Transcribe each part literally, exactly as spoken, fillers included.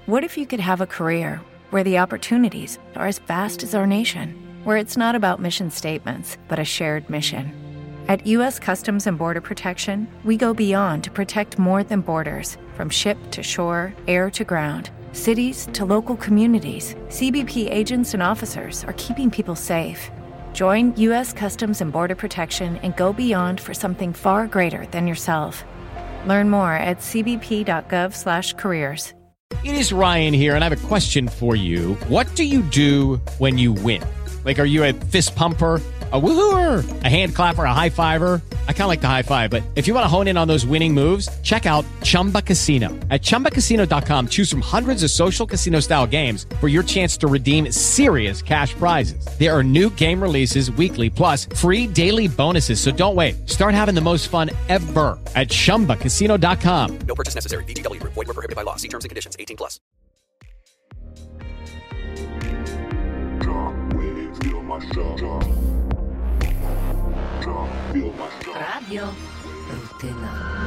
What if you could have a career where the opportunities are as vast as our nation, where it's not about mission statements, but a shared mission? At U S Customs and Border Protection, we go beyond to protect more than borders. From ship to shore, air to ground, cities to local communities, C B P agents and officers are keeping people safe. Join U S Customs and Border Protection and go beyond for something far greater than yourself. Learn more at cbp.gov slash careers. It is Ryan here, and I have a question for you. What do you do when you win? Like, are you a fist pumper, a woo-hooer, a hand clapper, a high fiver? I kind of like the high five, but if you want to hone in on those winning moves, check out Chumba Casino. At chumba casino dot com, choose from hundreds of social casino-style games for your chance to redeem serious cash prizes. There are new game releases weekly, plus free daily bonuses, so don't wait. Start having the most fun ever at chumba casino dot com. No purchase necessary. V G W. Void where prohibited by law. See terms and conditions. eighteen plus. Radio Rutyna.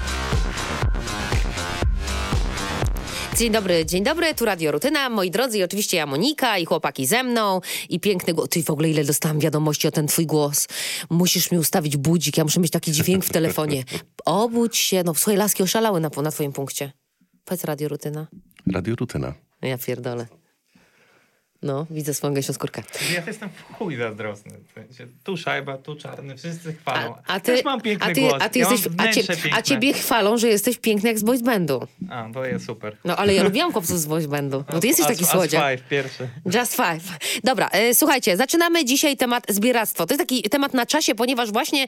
Dzień dobry, dzień dobry, tu Radio Rutyna, moi drodzy, i oczywiście ja Monika i chłopaki ze mną i piękny głos. Ty, w ogóle ile dostałam wiadomości o ten twój głos. Musisz mi ustawić budzik, ja muszę mieć taki dźwięk w telefonie. Obudź się, no słuchaj, laski oszalały na, na twoim punkcie. Powiedz Radio Rutyna. Radio Rutyna. Ja pierdolę. No, widzę swoją gęsioskórkę. Ja jestem w chuj zazdrosny. Tu szajba, tu czarny, wszyscy chwalą. A, a ty, Też mam piękny a ty, głos. A, ty ja jesteś, a, cie, a ciebie chwalą, że jesteś piękny jak z boys bandu. A, to jest super. No, ale ja lubiłam chłopców z boys bandu. No, ty jesteś taki słodziak. Just Five, pierwszy. Just Five. Dobra, e, słuchajcie, zaczynamy dzisiaj temat zbieractwo. To jest taki temat na czasie, ponieważ właśnie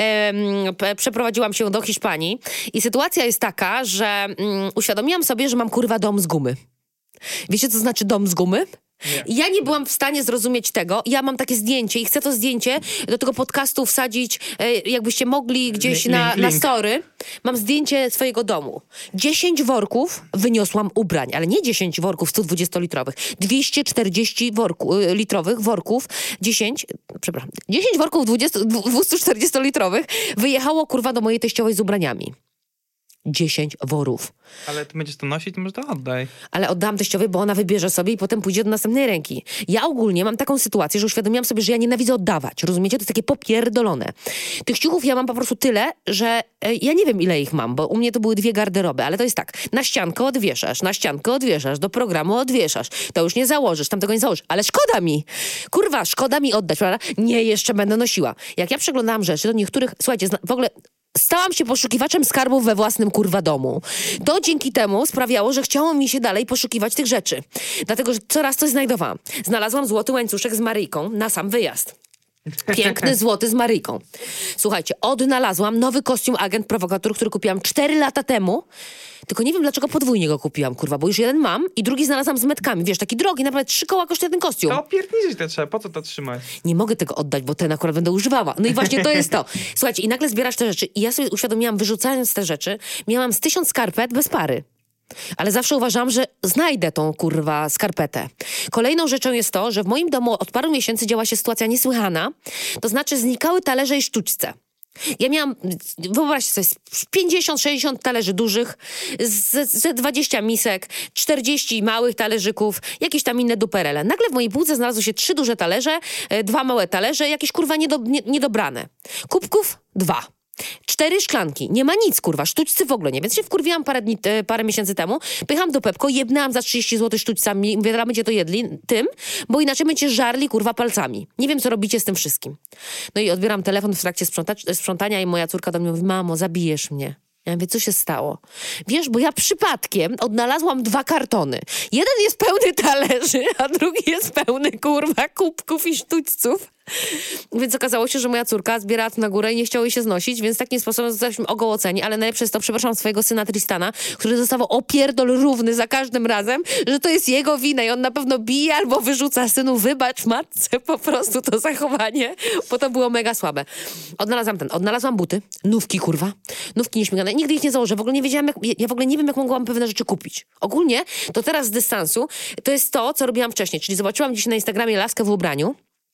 e, p, przeprowadziłam się do Hiszpanii i sytuacja jest taka, że mm, uświadomiłam sobie, że mam kurwa dom z gumy. Wiecie, co znaczy dom z gumy? Nie. Ja nie byłam w stanie zrozumieć tego. Ja mam takie zdjęcie i chcę to zdjęcie do tego podcastu wsadzić, e, jakbyście mogli gdzieś link, na, link. na story. Mam zdjęcie swojego domu. dziesięć worków wyniosłam ubrań, ale nie dziesięć worków sto dwudziestolitrowych. dwieście czterdzieści worku, litrowych worków, dziesięć, przepraszam, dziesięć worków dwieście czterdziestolitrowych wyjechało kurwa do mojej teściowej z ubraniami. dziesięć worów. Ale ty będziesz to nosić, to może to oddaj. Ale oddam teściowej, bo ona wybierze sobie i potem pójdzie do następnej ręki. Ja ogólnie mam taką sytuację, że uświadomiłam sobie, że ja nienawidzę oddawać. Rozumiecie? To jest takie popierdolone. Tych ciuchów ja mam po prostu tyle, że e, ja nie wiem, ile ich mam, bo u mnie to były dwie garderoby, ale to jest tak. Na ściankę odwieszasz, na ściankę odwieszasz, do programu odwieszasz. To już nie założysz, tam tego nie założysz. Ale szkoda mi. Kurwa, szkoda mi oddać, prawda? Nie, jeszcze będę nosiła. Jak ja przeglądałam rzeczy, to niektórych, słuchajcie, zna- w ogóle... Stałam się poszukiwaczem skarbów we własnym kurwa domu. To dzięki temu sprawiało, że chciało mi się dalej poszukiwać tych rzeczy. Dlatego, że coraz coś znajdowałam. Znalazłam złoty łańcuszek z Maryjką na sam wyjazd. Piękny złoty z Maryjką. Słuchajcie, odnalazłam nowy kostium agent prowokator, który kupiłam cztery lata temu. Tylko nie wiem, dlaczego podwójnie go kupiłam, kurwa, bo już jeden mam i drugi znalazłam z metkami. Wiesz, taki drogi, naprawdę trzy koła kosztuje ten kostium. To opierniczyć to trzeba, po co to trzymać? Nie mogę tego oddać, bo ten akurat będę używała. No i właśnie to jest to. Słuchajcie, i nagle zbierasz te rzeczy i ja sobie uświadomiłam, wyrzucając te rzeczy, miałam z tysiąc skarpet bez pary. Ale zawsze uważam, że znajdę tą, kurwa, skarpetę. Kolejną rzeczą jest to, że w moim domu od paru miesięcy działa się sytuacja niesłychana. To znaczy znikały talerze i sztućce. Ja miałam, wyobraźcie sobie, pięćdziesiąt sześćdziesiąt talerzy dużych, z, z dwadzieścia misek, czterdzieści małych talerzyków, jakieś tam inne duperele. Nagle w mojej półce znalazły się trzy duże talerze, dwa małe talerze, jakieś kurwa niedo, nie, niedobrane. Kubków dwa. Cztery szklanki. Nie ma nic, kurwa. Sztućcy w ogóle nie. Więc się wkurwiłam parę, dni, e, parę miesięcy temu. Pycham do Pepko, jebnęłam za trzydzieści złotych sztućcami. Mówię, dobra, będzie to jedli tym, bo inaczej będziecie żarli, kurwa, palcami. Nie wiem, co robicie z tym wszystkim. No i odbieram telefon w trakcie sprząta- sprzątania i moja córka do mnie mówi, mamo, zabijesz mnie. Ja mówię, co się stało? Wiesz, bo ja przypadkiem odnalazłam dwa kartony. Jeden jest pełny talerzy, a drugi jest pełny, kurwa, kubków i sztućców. Więc okazało się, że moja córka zbierała to na górę i nie chciało jej się znosić, więc takim sposobem zostaliśmy ogołoceni, ale najlepsze jest to, przepraszam swojego syna Tristana, który zostawał opierdol równy za każdym razem, że to jest jego wina i on na pewno bije albo wyrzuca synu, wybacz matce po prostu to zachowanie, bo to było mega słabe. Odnalazłam ten, odnalazłam buty, nówki, kurwa, nówki nieśmigane, nigdy ich nie założę, w ogóle nie wiedziałam, jak, ja w ogóle nie wiem, jak mogłam pewne rzeczy kupić. Ogólnie, to teraz z dystansu, to jest to, co robiłam wcześniej, czyli zobaczyłam gdzieś na Instagramie laskę w ubraniu,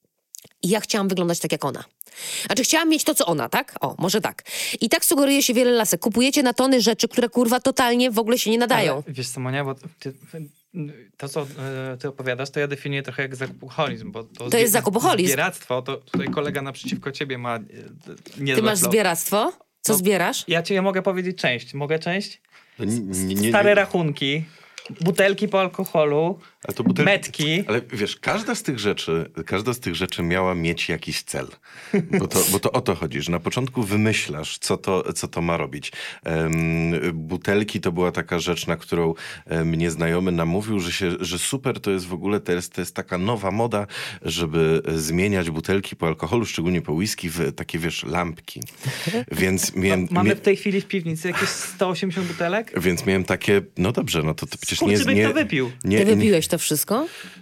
I ja chciałam wyglądać tak jak ona. Znaczy chciałam mieć to, co ona, tak? O, może tak. I tak sugeruje się wiele lasek. Kupujecie na tony rzeczy, które kurwa totalnie w ogóle się nie nadają. Ale, wiesz co, Monia, bo ty, to, co e, ty opowiadasz, to ja definiuję trochę jak zakupoholizm, bo to, To jest zakupoholizm. Zbieractwo, to tutaj kolega naprzeciwko ciebie ma e, niezłe Ty masz flow. zbieractwo? Co No. zbierasz? Ja ci ja mogę powiedzieć część. Mogę część? No nie- nie- nie- Stare rachunki, butelki po alkoholu, Ale to butel... metki. Ale wiesz, każda z tych rzeczy, każda z tych rzeczy miała mieć jakiś cel. Bo to, bo to o to chodzi, że na początku wymyślasz, co to, co to ma robić. Um, butelki to była taka rzecz, na którą e, mnie znajomy namówił, że, się, że super to jest w ogóle, to jest, to jest taka nowa moda, żeby zmieniać butelki po alkoholu, szczególnie po whisky, w takie, wiesz, lampki. Więc miałem... Mamy mie- w tej chwili w piwnicy jakieś sto osiemdziesiąt butelek. Więc miałem takie, no dobrze, no to, to przecież nie... Skurczybyk nie to wypił. Nie, Ty nie, wypiłeś to wszystko?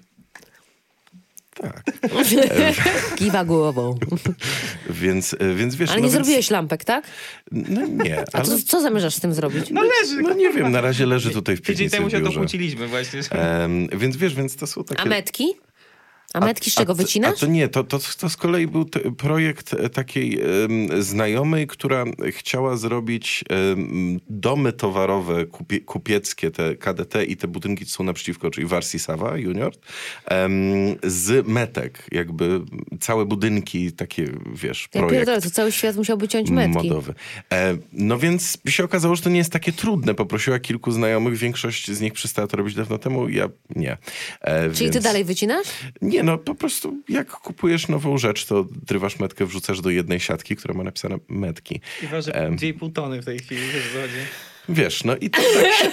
tak. Kiwa głową. Więc, więc wiesz... Ale no nie więc, zrobiłeś lampek, tak? No nie, A ale... co, co zamierzasz z tym zrobić? No leży. No nie wiem, na razie leży tutaj w Tydzień piwnicy temu w się biurze. dokłóciliśmy właśnie. że- Em, więc wiesz, więc to są takie... A metki? A metki z czego a, to- wycinasz? A to nie, to, to, to z kolei był te, projekt e, takiej em, znajomej, która chciała zrobić em, domy towarowe, kupie, kupieckie, te K D T i te budynki, co są naprzeciwko, czyli Warsi Sawa Junior, em, z metek. Jakby całe budynki, takie, wiesz, Ja projekt. pierdolę, to cały świat musiałby ciąć metki. Modowy. E, no więc się okazało, że to nie jest takie trudne. Poprosiła kilku znajomych, większość z nich przestała to robić dawno temu, ja nie. E, Czyli ty więc... dalej wycinasz? Nie, no po prostu jak kupujesz nową rzecz, to odrywasz metkę, wrzucasz do jednej siatki, która ma napisane metki. I waży Em. dwie i pół tony w tej chwili, wiesz o co chodzi. Wiesz, no i to tak się...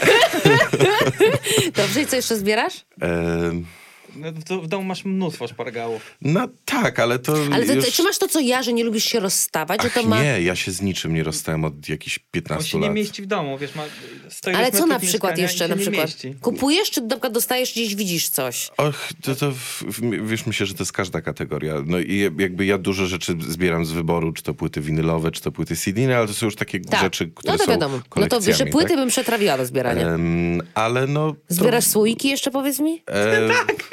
Dobrze, i co jeszcze zbierasz? E, No, w, w domu masz mnóstwo szpargałów. no tak, ale to Ale to, już... to, czy masz to, co ja, że nie lubisz się rozstawać? Że Ach, to ma... nie, ja się z niczym nie rozstałem od jakichś On piętnastu się nie lat. mieści w domu, wiesz, ma sto Ale ileś co na metrów przykład mieszkania jeszcze? i Na się nie przykład mieści. kupujesz, czy na przykład dostajesz gdzieś, widzisz coś? Och, to, to w, w, wiesz, myślę, że to jest każda kategoria. No i jakby ja dużo rzeczy zbieram z wyboru, czy to płyty winylowe, czy to płyty C D, ale to są już takie Tak. rzeczy, które No to są wiadomo. No to kolekcjami, wiesz, że płyty tak? bym przetrawiła do zbierania. Em, ale no... to- Zbierasz słoiki jeszcze, powiedz mi? E,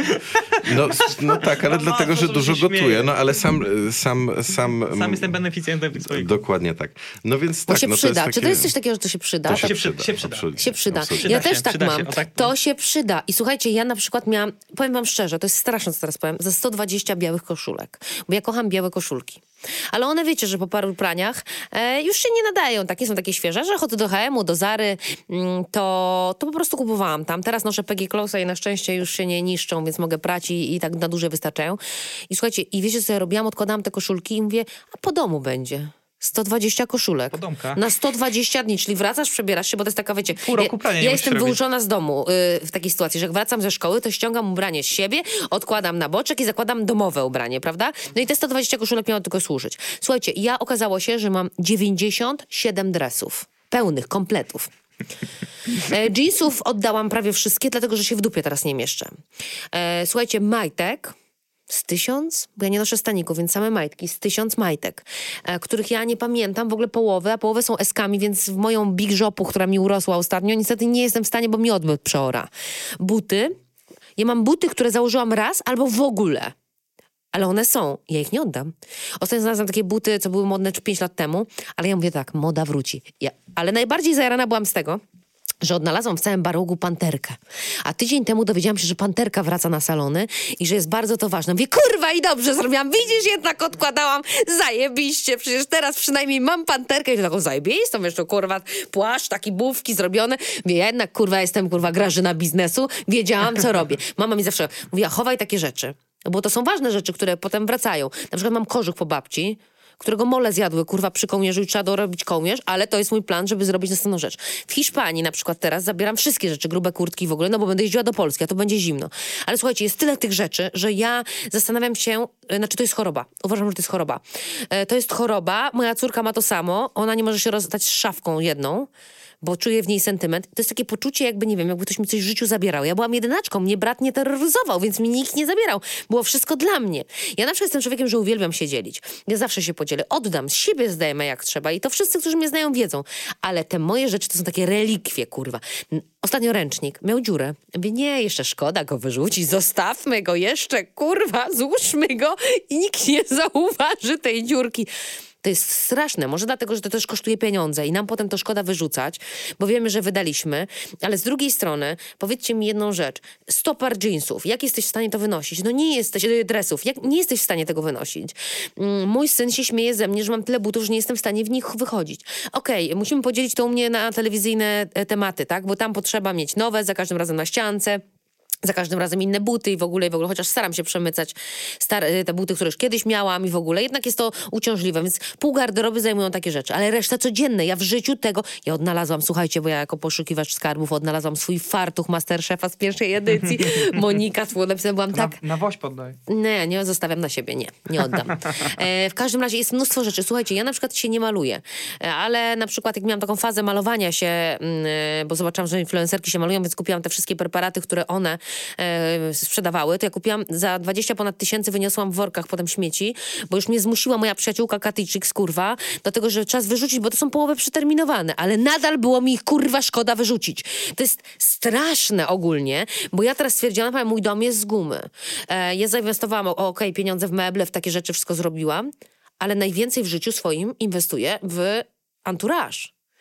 no, no tak, ale No dlatego, masz, że to, dużo że się gotuję. śmieje. No ale sam... Sam, sam, Sam jestem beneficjentem tych swoich. Dokładnie tak. No więc Bo tak, się no przyda. to jest Czy takie... to jest coś takiego, że to się przyda? To Tak się przyda, się przyda. absolutnie, się przyda. absolutnie. Ja Przyda też się, tak przyda mam. się, o tak. To się przyda. I słuchajcie, ja na przykład miałam, powiem wam szczerze, to jest straszne, co teraz powiem, za sto dwadzieścia białych koszulek. Bo ja kocham białe koszulki. Ale one, wiecie, że po paru praniach e, już się nie nadają. Tak, nie są takie świeże, że chodzę do H M u, do Zary, mm, to, to po prostu kupowałam tam. Teraz noszę P G Close'a i na szczęście już się nie niszczą, więc mogę prać i, i tak na duże wystarczają. I słuchajcie, i wiecie, co ja robiłam? Odkładałam te koszulki i mówię, a po domu będzie. sto dwadzieścia koszulek. Po domkach. Na sto dwadzieścia dni, czyli wracasz, przebierasz się, bo to jest taka, wiecie... Pół roku prania ja nie ja musisz jestem robić. wyuczona z domu y, w takiej sytuacji, że jak wracam ze szkoły, to ściągam ubranie z siebie, odkładam na boczek i zakładam domowe ubranie, prawda? No i te sto dwadzieścia koszulek miało tylko służyć. Słuchajcie, ja okazało się, że mam dziewięćdziesiąt siedem dresów. Pełnych, kompletów. E, jeansów oddałam prawie wszystkie, dlatego że się w dupie teraz nie mieszczę. E, słuchajcie, majtek... Z tysiąc? Bo ja nie noszę staników, więc same majtki. Z tysiąc majtek, e, których ja nie pamiętam w ogóle połowy, a połowę są eskami, więc w moją big jopu, która mi urosła ostatnio, niestety nie jestem w stanie, bo mi odbyt przeora. Buty. Ja mam buty, które założyłam raz albo w ogóle. Ale one są. Ja ich nie oddam. Ostatnio znalazłam takie buty, co były modne pięć lat temu, ale ja mówię tak, moda wróci. Ja, ale najbardziej zajarana byłam z tego, że odnalazłam w całym barogu panterkę. A tydzień temu dowiedziałam się, że panterka wraca na salony i że jest bardzo to ważne. Mówię, kurwa i dobrze zrobiłam. Widzisz, jednak odkładałam. Zajebiście. Przecież teraz przynajmniej mam panterkę i to taką zajebistą, wiesz, to kurwa płaszcz, taki bufki zrobione. Mówię, ja jednak kurwa jestem kurwa Grażyna biznesu. Wiedziałam, co robię. Mama mi zawsze mówiła, chowaj takie rzeczy. Bo to są ważne rzeczy, które potem wracają. Na przykład mam kożuch po babci, którego mole zjadły, kurwa, przy kołnierzu i trzeba dorobić kołnierz, ale to jest mój plan, żeby zrobić następną rzecz. W Hiszpanii na przykład teraz zabieram wszystkie rzeczy, grube kurtki w ogóle, no bo będę jeździła do Polski, a to będzie zimno. Ale słuchajcie, jest tyle tych rzeczy, że ja zastanawiam się, znaczy to jest choroba. Uważam, że to jest choroba. E, to jest choroba, moja córka ma to samo, ona nie może się rozstać z szafką jedną, bo czuję w niej sentyment. To jest takie poczucie jakby, nie wiem, jakby ktoś mi coś w życiu zabierał. Ja byłam jedynaczką, mnie brat nie terroryzował, więc mi nikt nie zabierał. Było wszystko dla mnie. Ja na przykład jestem człowiekiem, że uwielbiam się dzielić. Ja zawsze się podzielę. Oddam, z siebie zdejmę jak trzeba i to wszyscy, którzy mnie znają, wiedzą. Ale te moje rzeczy to są takie relikwie, kurwa. Ostatnio ręcznik miał dziurę. Mówię, nie, jeszcze szkoda go wyrzucić, zostawmy go jeszcze, kurwa, złóżmy go i nikt nie zauważy tej dziurki. To jest straszne, może dlatego, że to też kosztuje pieniądze i nam potem to szkoda wyrzucać, bo wiemy, że wydaliśmy, ale z drugiej strony powiedzcie mi jedną rzecz, sto par jeansów, jak jesteś w stanie to wynosić? No nie jesteś, dresów, jak nie jesteś w stanie tego wynosić. Mój syn się śmieje ze mnie, że mam tyle butów, że nie jestem w stanie w nich wychodzić. Okej, okay, musimy podzielić to u mnie na telewizyjne tematy, tak, bo tam potrzeba mieć nowe, za każdym razem na ściance. Za każdym razem inne buty i w ogóle, i w ogóle, chociaż staram się przemycać stare, te buty, które już kiedyś miałam i w ogóle, jednak jest to uciążliwe, więc pół garderoby zajmują takie rzeczy, ale reszta codzienne, ja w życiu tego, ja odnalazłam, słuchajcie, bo ja jako poszukiwacz skarbów odnalazłam swój fartuch Masterchefa z pierwszej edycji, Monika, z napisem byłam tak... Na, na woź poddaj. Nie, nie zostawiam na siebie, nie, nie oddam. E, w każdym razie jest mnóstwo rzeczy, słuchajcie, ja na przykład się nie maluję, ale na przykład jak miałam taką fazę malowania się, mm, bo zobaczyłam, że influencerki się malują, więc kupiłam te wszystkie preparaty, które one E, sprzedawały, to ja kupiłam za dwadzieścia ponad tysięcy, wyniosłam w workach potem śmieci, bo już mnie zmusiła moja przyjaciółka Katyjczyk z kurwa do tego, że czas wyrzucić, bo to są połowy przeterminowane, ale nadal było mi ich kurwa szkoda wyrzucić. To jest straszne ogólnie, bo ja teraz stwierdziłam, że mój dom jest z gumy. E, ja zainwestowałam, okej, okay, pieniądze w meble, w takie rzeczy, wszystko zrobiłam, ale najwięcej w życiu swoim inwestuję w entourage.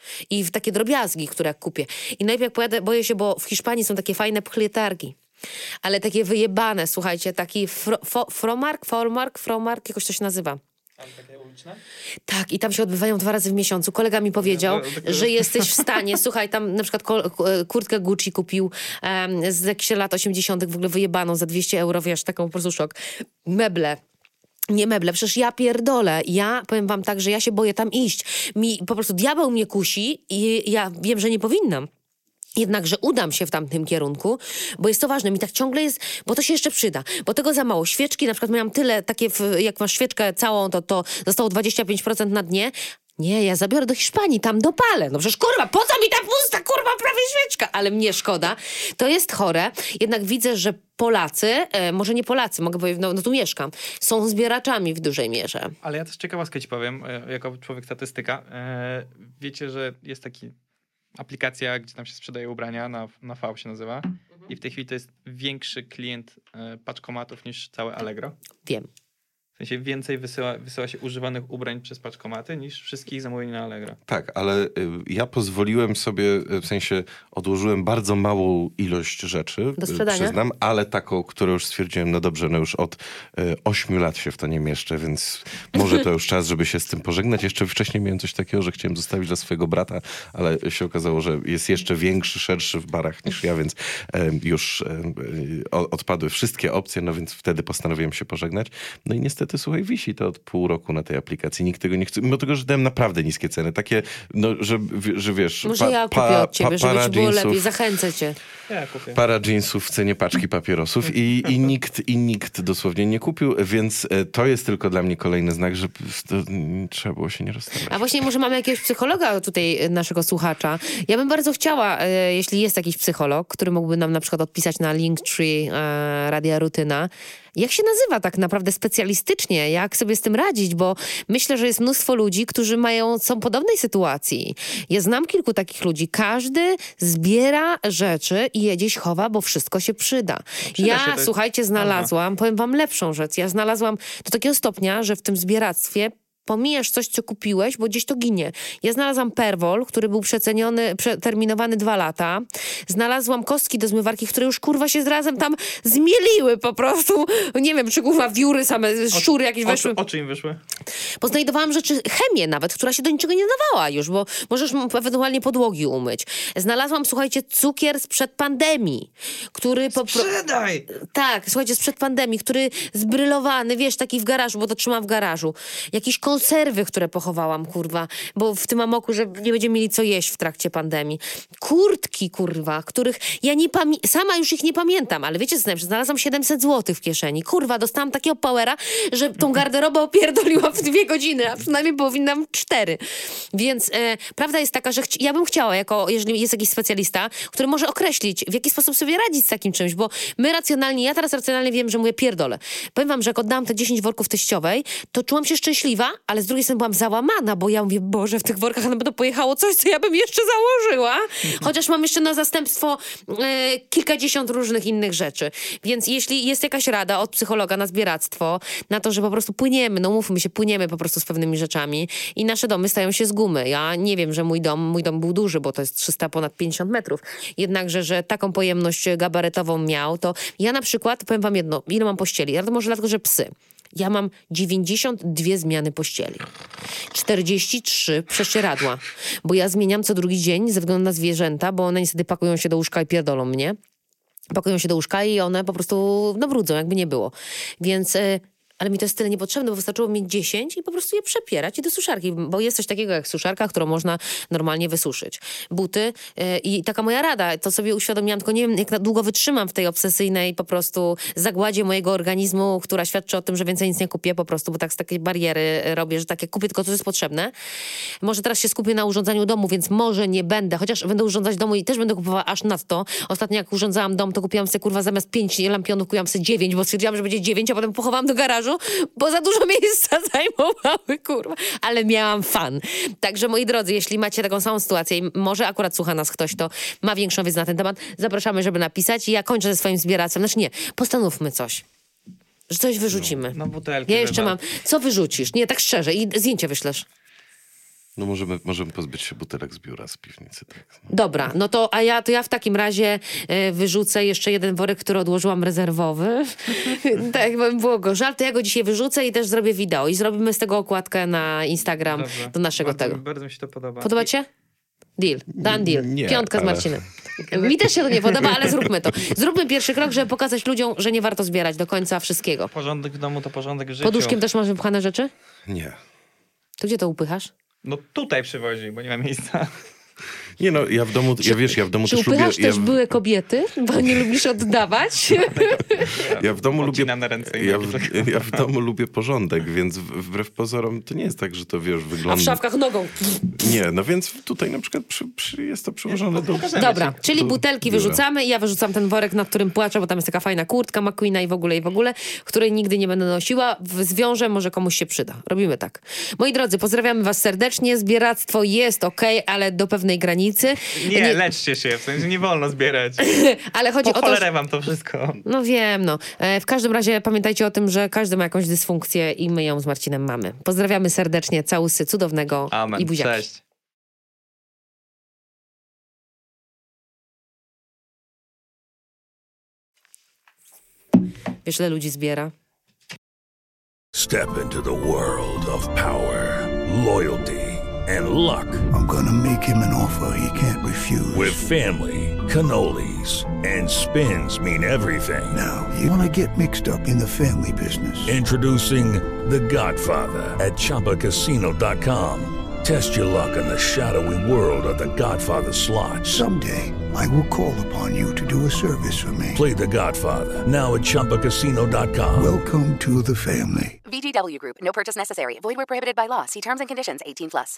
I w takie drobiazgi, które jak kupię. I najpierw pojadę, boję się, bo w Hiszpanii są takie fajne pchlietargi. Ale takie wyjebane, słuchajcie, taki fro, fo, fromark, formark, fromark, jakoś to się nazywa. Ale takie uliczne? Tak, i tam się odbywają dwa razy w miesiącu. Kolega mi powiedział, no, to, to... że jesteś w stanie, słuchaj, tam na przykład kurtkę Gucci kupił um, z jakichś lat osiemdziesiątych w ogóle wyjebaną za dwieście euro, wiesz, taką po prostu szok. Meble. Nie meble, przecież ja pierdolę. Ja powiem wam tak, że ja się boję tam iść. Mi po prostu diabeł mnie kusi i ja wiem, że nie powinnam. Jednakże udam się w tamtym kierunku, bo jest to ważne. Mi tak ciągle jest, bo to się jeszcze przyda. Bo tego za mało. Świeczki, na przykład miałam tyle, takie, jak masz świeczkę całą, to, to zostało dwadzieścia pięć procent na dnie. Nie, ja zabiorę do Hiszpanii, tam dopalę. No przecież kurwa, po co mi ta pusta, kurwa, prawie świeczka? Ale mnie szkoda. To jest chore. Jednak widzę, że Polacy, e, może nie Polacy, mogę powiedzieć, no, no tu mieszkam, są zbieraczami w dużej mierze. Ale ja też ciekawostkę ci powiem, e, jako człowiek statystyka. E, wiecie, że jest taki aplikacja, gdzie tam się sprzedaje ubrania, na, na V się nazywa. Mhm. I w tej chwili to jest większy klient e, paczkomatów niż całe Allegro. Wiem. W sensie więcej wysyła, wysyła się używanych ubrań przez paczkomaty niż wszystkich zamówień na Allegro. Tak, ale y, ja pozwoliłem sobie, w sensie odłożyłem bardzo małą ilość rzeczy, do sprzedania? Przyznam, ale taką, którą już stwierdziłem, no dobrze, no już od ośmiu y, lat się w to nie mieszczę, więc może to już czas, żeby się z tym pożegnać. Jeszcze wcześniej miałem coś takiego, że chciałem zostawić dla swojego brata, ale się okazało, że jest jeszcze większy, szerszy w barach niż ja, więc y, już y, odpadły wszystkie opcje, no więc wtedy postanowiłem się pożegnać. No i niestety słuchaj, wisi to od pół roku na tej aplikacji. Nikt tego nie chce, mimo tego, że dałem naprawdę niskie ceny. Takie, no, że, że wiesz... Może pa, ja kupię pa, od ciebie, pa, żeby ci było jeansów, lepiej. Zachęcę cię. Ja kupię. Para jeansów w cenie paczki papierosów i, i, nikt, i nikt dosłownie nie kupił, więc to jest tylko dla mnie kolejny znak, że to, trzeba było się nie rozstawiać. A właśnie może mamy jakiegoś psychologa tutaj, naszego słuchacza. Ja bym bardzo chciała, e, jeśli jest jakiś psycholog, który mógłby nam na przykład odpisać na Linktree e, Radia Rutyna, jak się nazywa tak naprawdę specjalistycznie, jak sobie z tym radzić, bo myślę, że jest mnóstwo ludzi, którzy mają, są w podobnej sytuacji. Ja znam kilku takich ludzi. Każdy zbiera rzeczy i je gdzieś chowa, bo wszystko się przyda. Przyda ja, się, to... słuchajcie, znalazłam, powiem wam lepszą rzecz. Ja znalazłam do takiego stopnia, że w tym zbieractwie pomijasz coś, co kupiłeś, bo gdzieś to ginie. Ja znalazłam perwol, który był przeceniony, przeterminowany dwa lata. Znalazłam kostki do zmywarki, które już kurwa się razem tam zmieliły po prostu. Nie wiem, czy kurwa wióry same, szczury jakieś weszły. Oczy, oczy im wyszły. Poznajdowałam rzeczy, chemię nawet, która się do niczego nie nadawała już, bo możesz ewentualnie podłogi umyć. Znalazłam, słuchajcie, cukier sprzed pandemii, który po prostu... Sprzedaj! Tak, słuchajcie, sprzed pandemii, który zbrylowany, wiesz, taki w garażu, bo to trzymam w garażu. Jakiś konserwy, które pochowałam, kurwa, bo w tym amoku, że nie będziemy mieli co jeść w trakcie pandemii. Kurtki, kurwa, których ja nie pamiętam, sama już ich nie pamiętam, ale wiecie co, znalazłam siedemset złotych w kieszeni. Kurwa, dostałam takiego powera, że tą garderobę opierdoliłam w w dwie godziny, a przynajmniej powinnam cztery. Więc e, prawda jest taka, że chci- ja bym chciała, jako jeżeli jest jakiś specjalista, który może określić, w jaki sposób sobie radzić z takim czymś, bo my racjonalnie, ja teraz racjonalnie wiem, że mówię pierdolę. Powiem wam, że jak oddałam te dziesięć worków teściowej, to czułam się szczęśliwa, ale z drugiej strony byłam załamana, bo ja mówię, Boże, w tych workach na pewno pojechało coś, co ja bym jeszcze założyła. Chociaż mam jeszcze na zastępstwo e, kilkadziesiąt różnych innych rzeczy. Więc jeśli jest jakaś rada od psychologa na zbieractwo, na to, że po prostu płyniemy, no mówmy się, płyniemy po prostu z pewnymi rzeczami i nasze domy stają się z gumy. Ja nie wiem, że mój dom, mój dom był duży, bo to jest trzysta ponad pięćdziesiąt metrów. Jednakże, że taką pojemność gabarytową miał, to ja na przykład, powiem wam jedno, ile mam pościeli? Ja to może dlatego, że psy. Ja mam dziewięćdziesiąt dwie zmiany pościeli. czterdzieści trzy prześcieradła. Bo ja zmieniam co drugi dzień ze względu na zwierzęta, bo one niestety pakują się do łóżka i pierdolą mnie. Pakują się do łóżka i one po prostu no, brudzą, jakby nie było. Więc... Y- Ale mi to jest tyle niepotrzebne, bo wystarczyło mieć dziesięć i po prostu je przepierać i do suszarki, bo jest coś takiego jak suszarka, którą można normalnie wysuszyć. Buty yy, i taka moja rada, to sobie uświadomiłam, tylko nie wiem jak długo wytrzymam w tej obsesyjnej po prostu zagładzie mojego organizmu, która świadczy o tym, że więcej nic nie kupię po prostu, bo tak z takiej bariery robię, że takie kupię tylko to, co jest potrzebne. Może teraz się skupię na urządzaniu domu, więc może nie będę, chociaż będę urządzać domu i też będę kupowała aż nadto. Ostatnio jak urządzałam dom, to kupiłam sobie kurwa zamiast pięć lampionów, kupiłam sobie dziewięć, bo stwierdziłam, że będzie dziewięć, a potem pochowałam do garażu, bo za dużo miejsca zajmowały, kurwa. Ale miałam fan. Także, moi drodzy, jeśli macie taką samą sytuację i może akurat słucha nas ktoś, to ma większą wiedzę na ten temat, zapraszamy, żeby napisać i ja kończę ze swoim zbieractwem. Znaczy nie, postanówmy coś. Że coś wyrzucimy. No butelki. Ja jeszcze chyba. mam... Co wyrzucisz? Nie, tak szczerze. I zdjęcie wyślesz. No możemy, możemy pozbyć się butelek z biura, z piwnicy. Tak. Dobra, no to a ja, to ja w takim razie y, wyrzucę jeszcze jeden worek, który odłożyłam rezerwowy. Tak jakby było go żal, to ja go dzisiaj wyrzucę i też zrobię wideo. I zrobimy z tego okładkę na Instagram Dobrze. do naszego bardzo, tego. Bardzo mi się to podoba. Podoba ci się? Deal. Done deal. Nie, Piątka ale- z Marcinem. Mi też się to nie podoba, ale zróbmy to. Zróbmy pierwszy krok, żeby pokazać ludziom, że nie warto zbierać do końca wszystkiego. Porządek w domu to porządek w życiu. Poduszkiem też masz wypchane rzeczy? Nie. To gdzie to upychasz? No tutaj przywozi, bo nie ma miejsca. Nie no, ja w domu, ja wiesz, ja w domu Czy też lubię... upychasz Ja, też w- były kobiety? Bo nie lubisz oddawać? ja w domu lubię... Odcinam na ręce i Ja nogi. w, ja w domu lubię porządek, więc w, wbrew pozorom to nie jest tak, że to wiesz, A w wygląda... szafkach nogą. Nie, no więc tutaj na przykład przy, przy, jest to przyłożone do... Dobra, czyli do butelki biura. wyrzucamy i ja wyrzucam ten worek, nad którym płaczę, bo tam jest taka fajna kurtka McQueena i w ogóle, i w ogóle, której nigdy nie będę nosiła. W zwiążę, może komuś się przyda. Robimy tak. Moi drodzy, pozdrawiamy was serdecznie. Zbieractwo jest okej, ale do pewnej granicy. Nie, leczcie się, w sensie nie wolno zbierać. Ale chodzi Po o to, że... cholerę wam to wszystko. No wiem, no. E, w każdym razie pamiętajcie o tym, że każdy ma jakąś dysfunkcję i my ją z Marcinem mamy. Pozdrawiamy serdecznie, całusy cudownego Amen. i buziaki. Cześć. Wiesz, ile ludzi zbiera? Step into the world of power, loyalty, and luck. I'm gonna make him an offer he can't refuse. With family, cannolis, and spins mean everything. Now, you wanna get mixed up in the family business. Introducing The Godfather at Chumba Casino dot com. Test your luck in the shadowy world of The Godfather slot. Someday, I will call upon you to do a service for me. Play The Godfather now at Chumba Casino dot com. Welcome to the family. V G W Group. No purchase necessary. Void where prohibited by law. See terms and conditions. eighteen plus.